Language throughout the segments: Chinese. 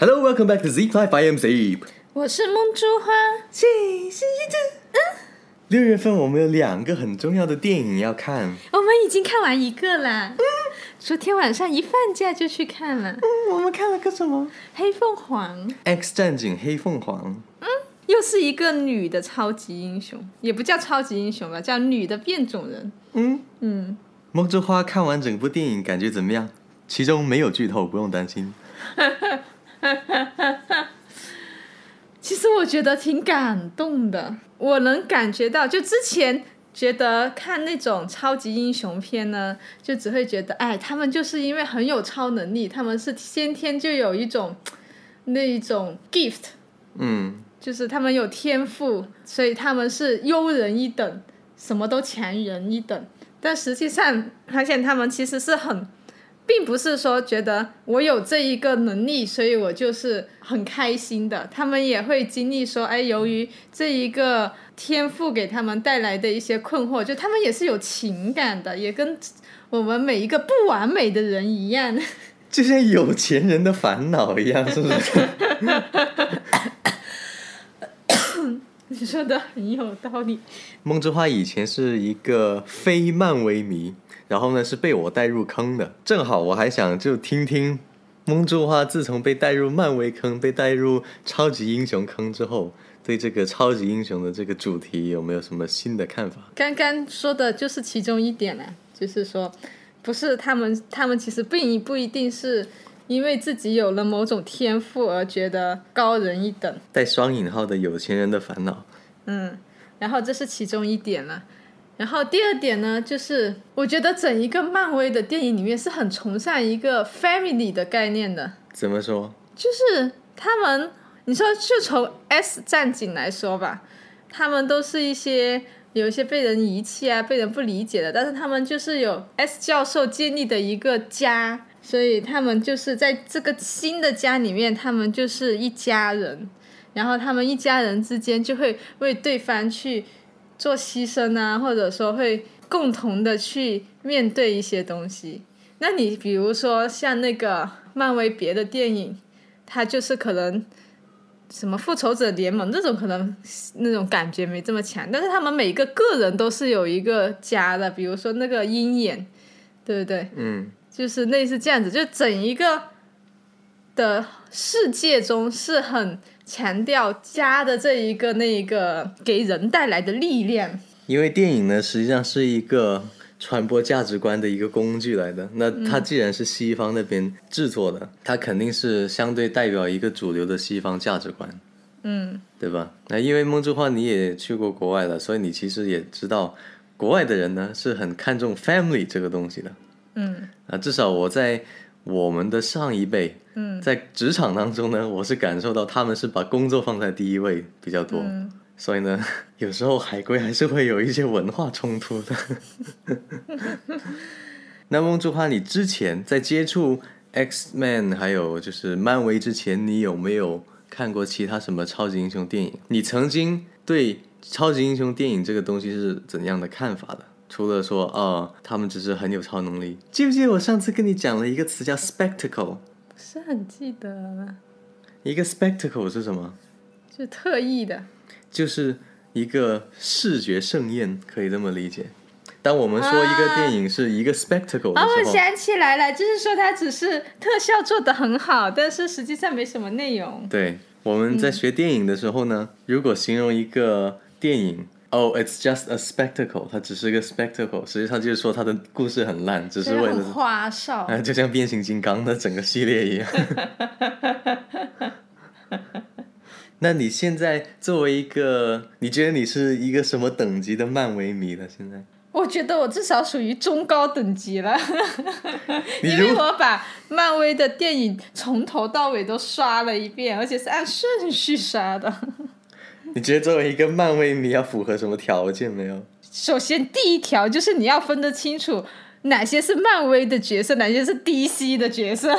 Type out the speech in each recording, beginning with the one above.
Hello, welcome back to Zeep Life. I am Zeep. 我是梦珠花。 谢谢6月份我们有2个很重要的电影要看。 我们已经看完一个啦。昨天晚上一放假就去看了。 我们看了个什么？ 黑凤凰。 X 战警黑凤凰。 又是一个女的超级英雄，也不叫超级英雄吧，叫女的变种人。 梦珠花看完整部电影感觉怎么样？其中没有剧透，不用担心。 其实我觉得挺感动的，我能感觉到，就之前觉得看那种超级英雄片呢，就只会觉得他们就是因为很有超能力，他们是先天就有那一种 gift， 就是他们有天赋，所以他们是优人一等，什么都强人一等。但实际上发现他们其实是并不是说觉得我有这一个能力所以我就是很开心的，他们也会经历说由于这一个天赋给他们带来的一些困惑，就他们也是有情感的，也跟我们每一个不完美的人一样， 就像有钱人的烦恼一样，是不是？ 你说的很有道理。 梦之花以前是一个非漫威迷，然后呢是被我带入坑的，正好我还想就听听梦之花自从被带入漫威坑，被带入超级英雄坑之后，对这个超级英雄的这个主题有没有什么新的看法？ 刚刚说的就是其中一点啦，就是说不是他们其实不一定是因为自己有了某种天赋而觉得高人一等， 带双引号的有钱人的烦恼。 然后这是其中一点了。然后第二点呢，就是我觉得整一个漫威的电影里面是很崇尚一个 family 的概念的。 怎么说？ 就是他们，你说就从 S 战警来说吧，他们都是有一些被人遗弃啊，被人不理解的，但是他们就是有 S 教授建立的一个家，所以他们就是在这个新的家里面，他们就是一家人，然后他们一家人之间就会为对方去做牺牲啊，或者说会共同的去面对一些东西。那你比如说像那个漫威别的电影，它就是可能什么复仇者联盟这种可能那种感觉没这么强，但是他们每个个人都是有一个家的，比如说那个鹰眼，对不对？就是类似这样子，就整一个的世界中是很强调家的这一个那一个给人带来的力量。 因为电影呢实际上是一个传播价值观的一个工具来的，那它既然是西方那边制作的，它肯定是相对代表一个主流的西方价值观，对吧？那因为梦之花你也去过国外了，所以你其实也知道国外的人呢是很看重 family 这个东西的。至少我在我们的上一辈，在职场当中呢，我是感受到他们是把工作放在第一位比较多，所以呢有时候海归还是会有一些文化冲突的。那梦之花你之前在接触 X-Men 还有就是漫威之前，你有没有看过其他什么超级英雄电影？你曾经对超级英雄电影这个东西是怎样的看法的？除了说他们只是很有超能力。记不记得我上次跟你讲了一个词叫 spectacle？ 不是很记得了。 一个 spectacle 是什么？ 就特意的， 就是一个视觉盛宴，可以这么理解。当我们说一个电影是一个 spectacle 的时候， 我想起来了，就是说它只是特效做得很好，但是实际上没什么内容。 对，我们在学电影的时候呢，如果形容一个电影it's just a spectacle， 它只是一个 spectacle， 实际上就是说它的故事很烂，只是为了很花哨， 就像变形金刚的整个系列一样。那你现在作为一个，你觉得你是一个什么等级的漫威迷了？现在我觉得我至少属于中高等级了。因为我把漫威的电影从头到尾都刷了一遍，而且是按顺序刷的。 你觉得作为一个漫威迷要符合什么条件没有？ 首先第一条就是你要分得清楚哪些是漫威的角色，哪些是 DC 的角色。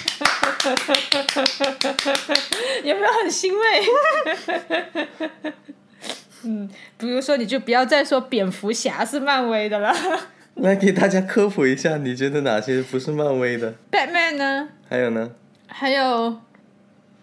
有没有很欣慰？比如说你就不要再说蝙蝠侠是漫威的了。 来给大家科普一下，你觉得哪些不是漫威的？ Batman 呢？ 还有呢？ 还有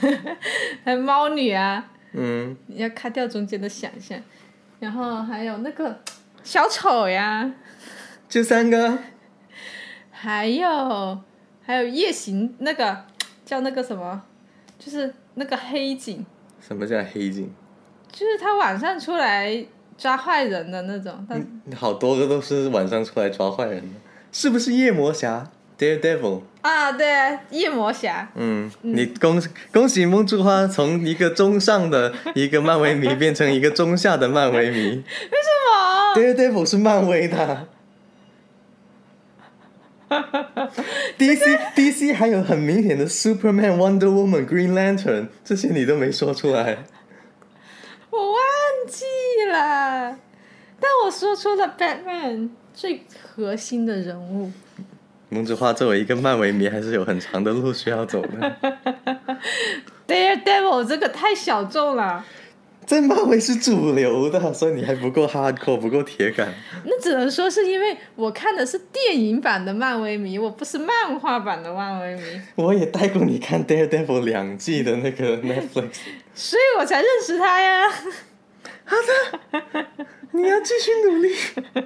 还有猫女啊， 嗯， 你要卡掉中间的想象，然后还有那个小丑呀， 就3个。 还有夜行那个叫那个什么，就是那个黑警， 什么叫黑警？ 就是他晚上出来抓坏人的那种。 好多个都是晚上出来抓坏人的，是不是夜魔侠 Daredevil？ 啊，对啊，夜魔侠。 你恭喜梦之花从一个中上的一个漫威迷变成一个中下的漫威迷。 为什么 Daredevil 是漫威的。DC 还有很明显的 Superman、Wonder Woman、Green Lantern， 这些你都没说出来。 我忘记了，但我说出了 Batman 最核心的人物。 梦之花作为一个漫威迷，还是有很长的路需要走的。 Daredevil 这个太小众了。 在漫威是主流的，所以你还不够 hardcore， 不够铁杆。 那只能说是因为我看的是电影版的漫威迷，我不是漫画版的漫威迷。 我也带过你看 Daredevil 2季的那个 Netflix， 所以我才认识他呀。 好的，你要继续努力。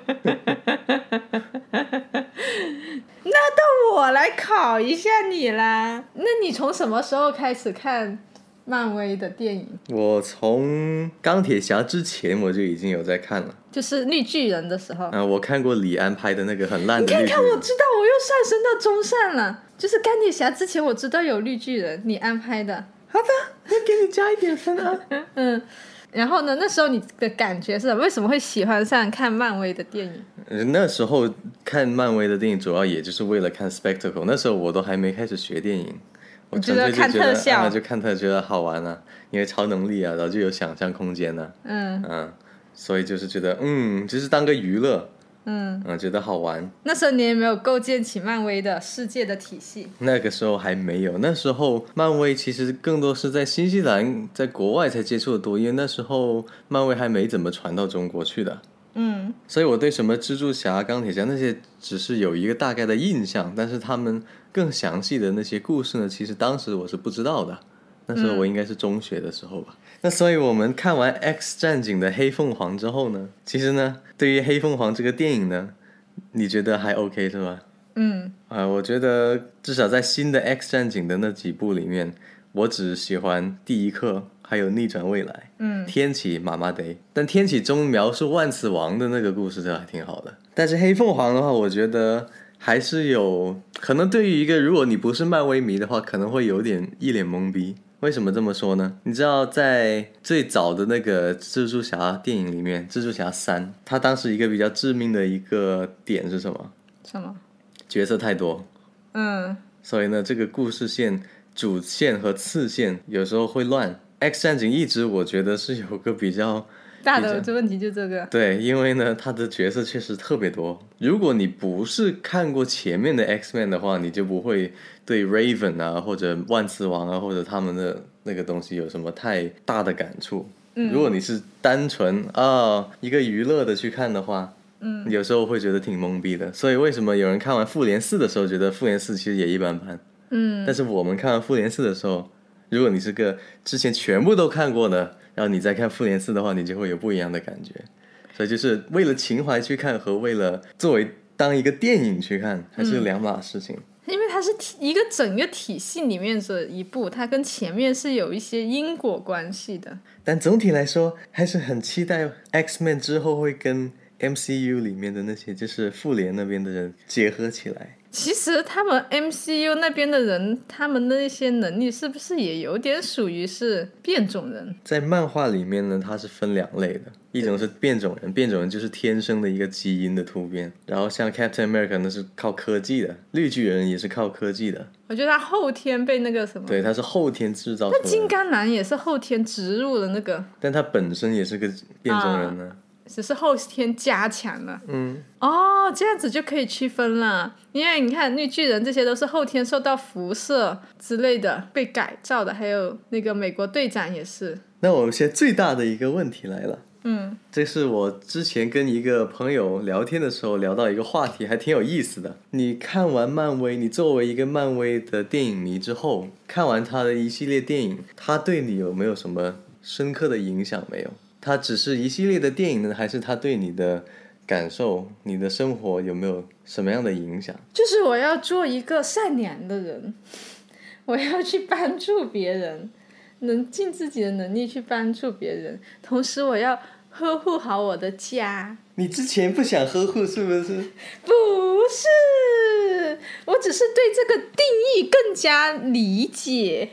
那到我来考一下你啦。那你从什么时候开始看漫威的电影？ 我从钢铁侠之前我就已经有在看了。 就是绿巨人的时候。 我看过李安拍的那个很烂的绿巨人。 你看看，我知道，我又上升到中上了。就是钢铁侠之前我知道有绿巨人，李安拍的。 好的，要给你加一点分啊。 然后呢？那时候你的感觉是什么？为什么会喜欢上看漫威的电影？ 那时候看漫威的电影主要也就是为了看 spectacle。那时候我都还没开始学电影，我纯粹就觉得看特效， 就看特觉得好玩啊，因为超能力啊，然后就有想象空间啊。所以就是觉得就是当个娱乐。觉得好玩。 那时候你也没有构建起漫威的世界的体系。 那个时候还没有，那时候漫威其实更多是在新西兰，在国外才接触的多，因为那时候漫威还没怎么传到中国去的。所以我对什么蜘蛛侠、钢铁侠那些只是有一个大概的印象，但是他们更详细的那些故事呢，其实当时我是不知道的。那时候我应该是中学的时候吧。那所以我们看完 X 战警的黑凤凰之后呢，其实呢对于黑凤凰这个电影呢，你觉得还 OK 是吧？我觉得至少在新的 X 战警的那几部里面，我只喜欢第一课还有逆转未来。天启麻麻得，但天启中描述万磁王的那个故事就还挺好的。但是黑凤凰的话，我觉得还是有可能对于一个如果你不是漫威迷的话，可能会有点一脸懵逼。为什么这么说呢？你知道在最早的那个蜘蛛侠电影里面，蜘蛛侠3，它当时一个比较致命的一个点是什么？ 什么？ 角色太多。所以呢，这个故事线主线和次线有时候会乱。X 战警一直我觉得是有个比较大的问题，就这个。 对，因为呢他的角色确实特别多。如果你不是看过前面的 X-Men 的话，你就不会对 Raven 啊或者万磁王啊或者他们的那个东西有什么太大的感触。如果你是单纯一个娱乐的去看的话，有时候会觉得挺懵逼的。所以为什么有人看完复联4的时候觉得复联4其实也一般般，但是我们看完复联4的时候，如果你是个之前全部都看过的，然后你再看复联4的话，你就会有不一样的感觉。所以就是为了情怀去看和为了作为当一个电影去看还是两码事情。 因为它是一个整个体系里面的一部，它跟前面是有一些因果关系的。 但总体来说还是很期待 X-Men 之后会跟 MCU 里面的那些就是复联那边的人结合起来。 其实他们 MCU 那边的人，他们的一些能力是不是也有点属于是变种人？ 在漫画里面呢，它是分两类的，一种是变种人，变种人就是天生的一个基因的突变，然后像 Captain America 那是靠科技的，绿巨人也是靠科技的。 我觉得他后天被那个什么， 对，他是后天制造出来的。 那金刚狼也是后天植入了那个， 但他本身也是个变种人呢。 只是后天加强了。这样子就可以区分了。因为你看绿巨人这些都是后天受到辐射之类的被改造的，还有那个美国队长也是。 那我们现在最大的一个问题来了， 这是我之前跟一个朋友聊天的时候聊到一个话题，还挺有意思的。你看完漫威，你作为一个漫威的电影迷之后，看完他的一系列电影，他对你有没有什么深刻的影响没有？他只是一系列的电影呢，还是他对你的感受、你的生活有没有什么样的影响？ 就是我要做一个善良的人，我要去帮助别人，能尽自己的能力去帮助别人，同时我要呵护好我的家。 你之前不想呵护是不是？ 不是，我只是对这个定义更加理解。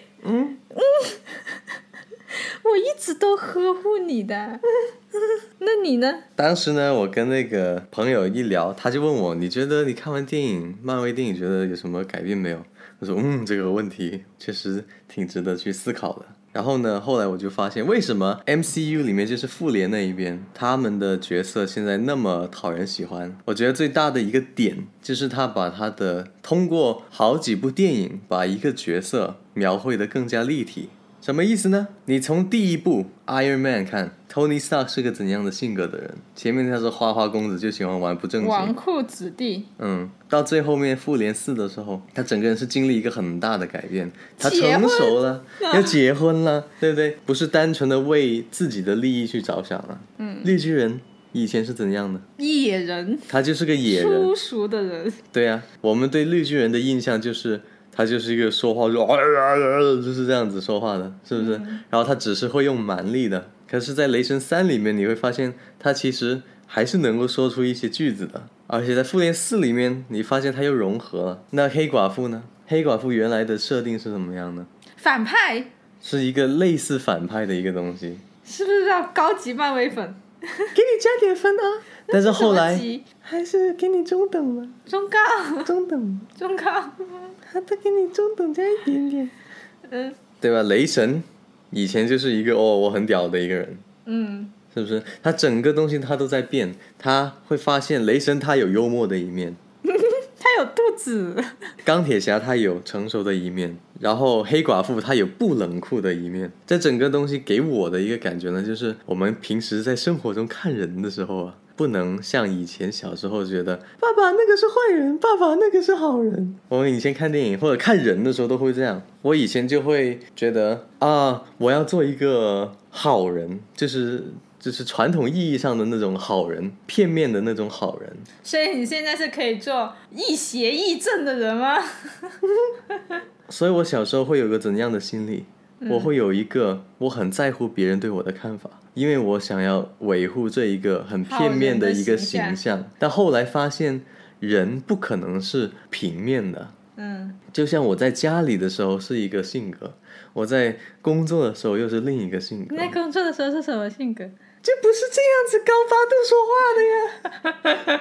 我一直都呵护你的。那你呢？ 当时呢，我跟那个朋友一聊，他就问我，你觉得你看完电影，漫威电影，觉得有什么改变没有？我说，这个问题确实挺值得去思考的。然后呢，后来我就发现，为什么 MCU 里面就是复联那一边，他们的角色现在那么讨人喜欢？我觉得最大的一个点就是他把他的通过好几部电影，把一个角色描绘得更加立体。什么意思呢？你从第一部 Iron Man 看 Tony Stark 是个怎样的性格的人？前面他是花花公子，就喜欢玩不正经纨绔子弟。 到最后面复联4的时候，他整个人是经历一个很大的改变，他成熟了，要结婚了，对不对？不是单纯的为自己的利益去着想了。绿巨人以前是怎样的？ 野人。 他就是个野人， 粗俗的人。 对啊，我们对绿巨人的印象就是他就是一个说话就是这样子说话的，是不是？然后他只是会用蛮力的，可是在雷神3里面你会发现他其实还是能够说出一些句子的，而且在复联4里面你发现他又融合了。那黑寡妇呢？黑寡妇原来的设定是怎么样呢？ 反派， 是一个类似反派的一个东西， 是不是叫高级漫威粉？ 给你加点分啊！但是后来什么级？ 还是给你中等了， 中高。 中等， 中高。 还得给你中等加一点点，对吧？雷神以前就是一个我很屌的一个人，是不是？他整个东西他都在变，他会发现雷神他有幽默的一面， 他有肚子。 钢铁侠他有成熟的一面，然后黑寡妇他有不冷酷的一面。这整个东西给我的一个感觉呢，就是我们平时在生活中看人的时候啊，不能像以前小时候觉得爸爸那个是坏人，爸爸那个是好人。我们以前看电影或者看人的时候都会这样。我以前就会觉得我要做一个好人，就是传统意义上的那种好人，片面的那种好人。 所以你现在是可以做亦邪亦正的人吗？ 所以我小时候会有个怎样的心理？我会有一个我很在乎别人对我的看法，因为我想要维护这一个很片面的一个形象。但后来发现人不可能是平面的，就像我在家里的时候是一个性格，我在工作的时候又是另一个性格。 你在工作的时候是什么性格？ 就不是这样子高八度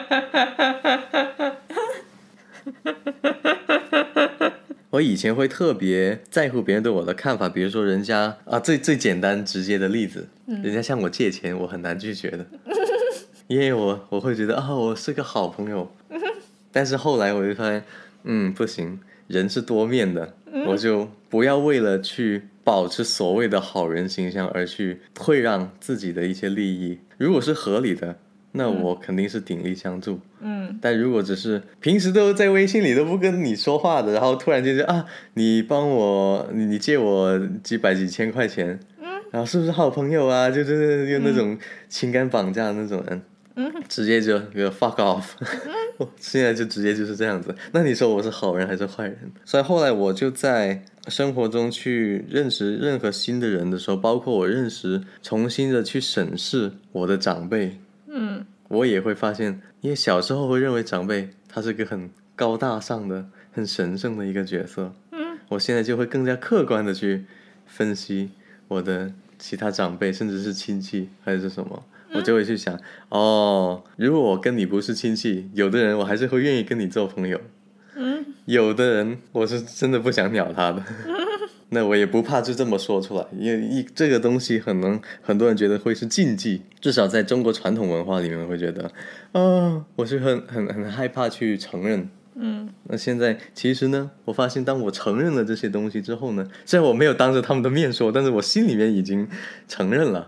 说话的呀。我以前会特别在乎别人对我的看法，比如说人家最简单直接的例子，人家向我借钱，我很难拒绝的，因为我会觉得我是个好朋友。但是后来我就发现，不行，人是多面的，我就不要为了去保持所谓的好人形象而去退让自己的一些利益。如果是合理的，那我肯定是鼎力相助。但如果只是平时都在微信里都不跟你说话的，然后突然间就你帮我，你借我几百几千块钱，然后是不是好朋友啊？就用那种情感绑架的那种人，直接就fuck off。我现在就直接就是这样子。那你说我是好人还是坏人？所以后来我就在生活中去认识任何新的人的时候，包括我重新的去审视我的长辈，我也会发现，因为小时候会认为长辈他是个很高大上的、很神圣的一个角色，我现在就会更加客观的去分析我的其他长辈，甚至是亲戚还是什么。我就会去想，如果我跟你不是亲戚，有的人我还是会愿意跟你做朋友，有的人我是真的不想鸟他的，那我也不怕就这么说出来，因为这个东西可能很多人觉得会是禁忌，至少在中国传统文化里面会觉得，我是很害怕去承认。那现在其实呢，我发现当我承认了这些东西之后呢，虽然我没有当着他们的面说，但是我心里面已经承认了。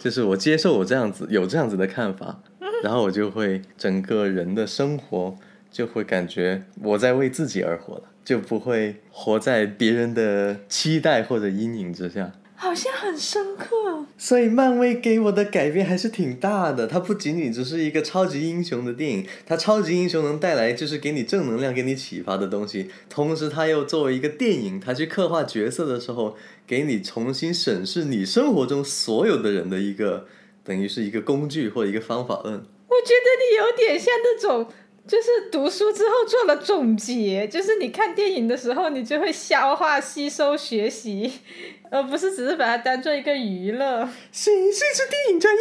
就是我接受我这样子有这样子的看法，然后我就会整个人的生活就会感觉我在为自己而活了，就不会活在别人的期待或者阴影之下。 好像很深刻。 所以漫威给我的改变还是挺大的，它不仅仅只是一个超级英雄的电影，它超级英雄能带来就是给你正能量给你启发的东西，同时它又作为一个电影，它去刻画角色的时候给你重新审视你生活中所有的人的一个等于是一个工具或者一个方法论。 我觉得你有点像那种就是读书之后做了总结，就是你看电影的时候你就会消化吸收学习，而不是只是把它当做一个娱乐。 谁是电影专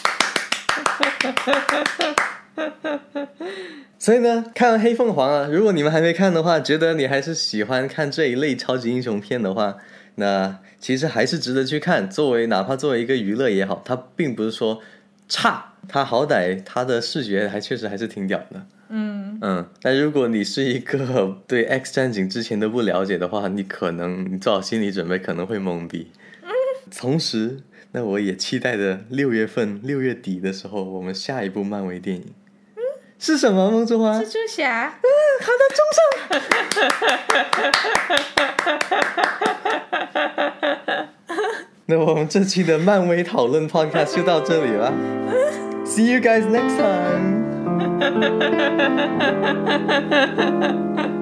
业？所以呢，看完黑凤凰啊，如果你们还没看的话，觉得你还是喜欢看这一类超级英雄片的话，那其实还是值得去看，哪怕作为一个娱乐也好，它并不是说差，它好歹它的视觉确实还是挺屌的。但如果你是一个对 X 战警之前都不了解的话，你做好心理准备可能会懵逼。同时那我也期待着6月底的时候我们下一部漫威电影是什么？梦之花？ 蜘蛛侠。 好的，中上。那我们这期的漫威讨论 podcast 就到这里了。See you guys next time.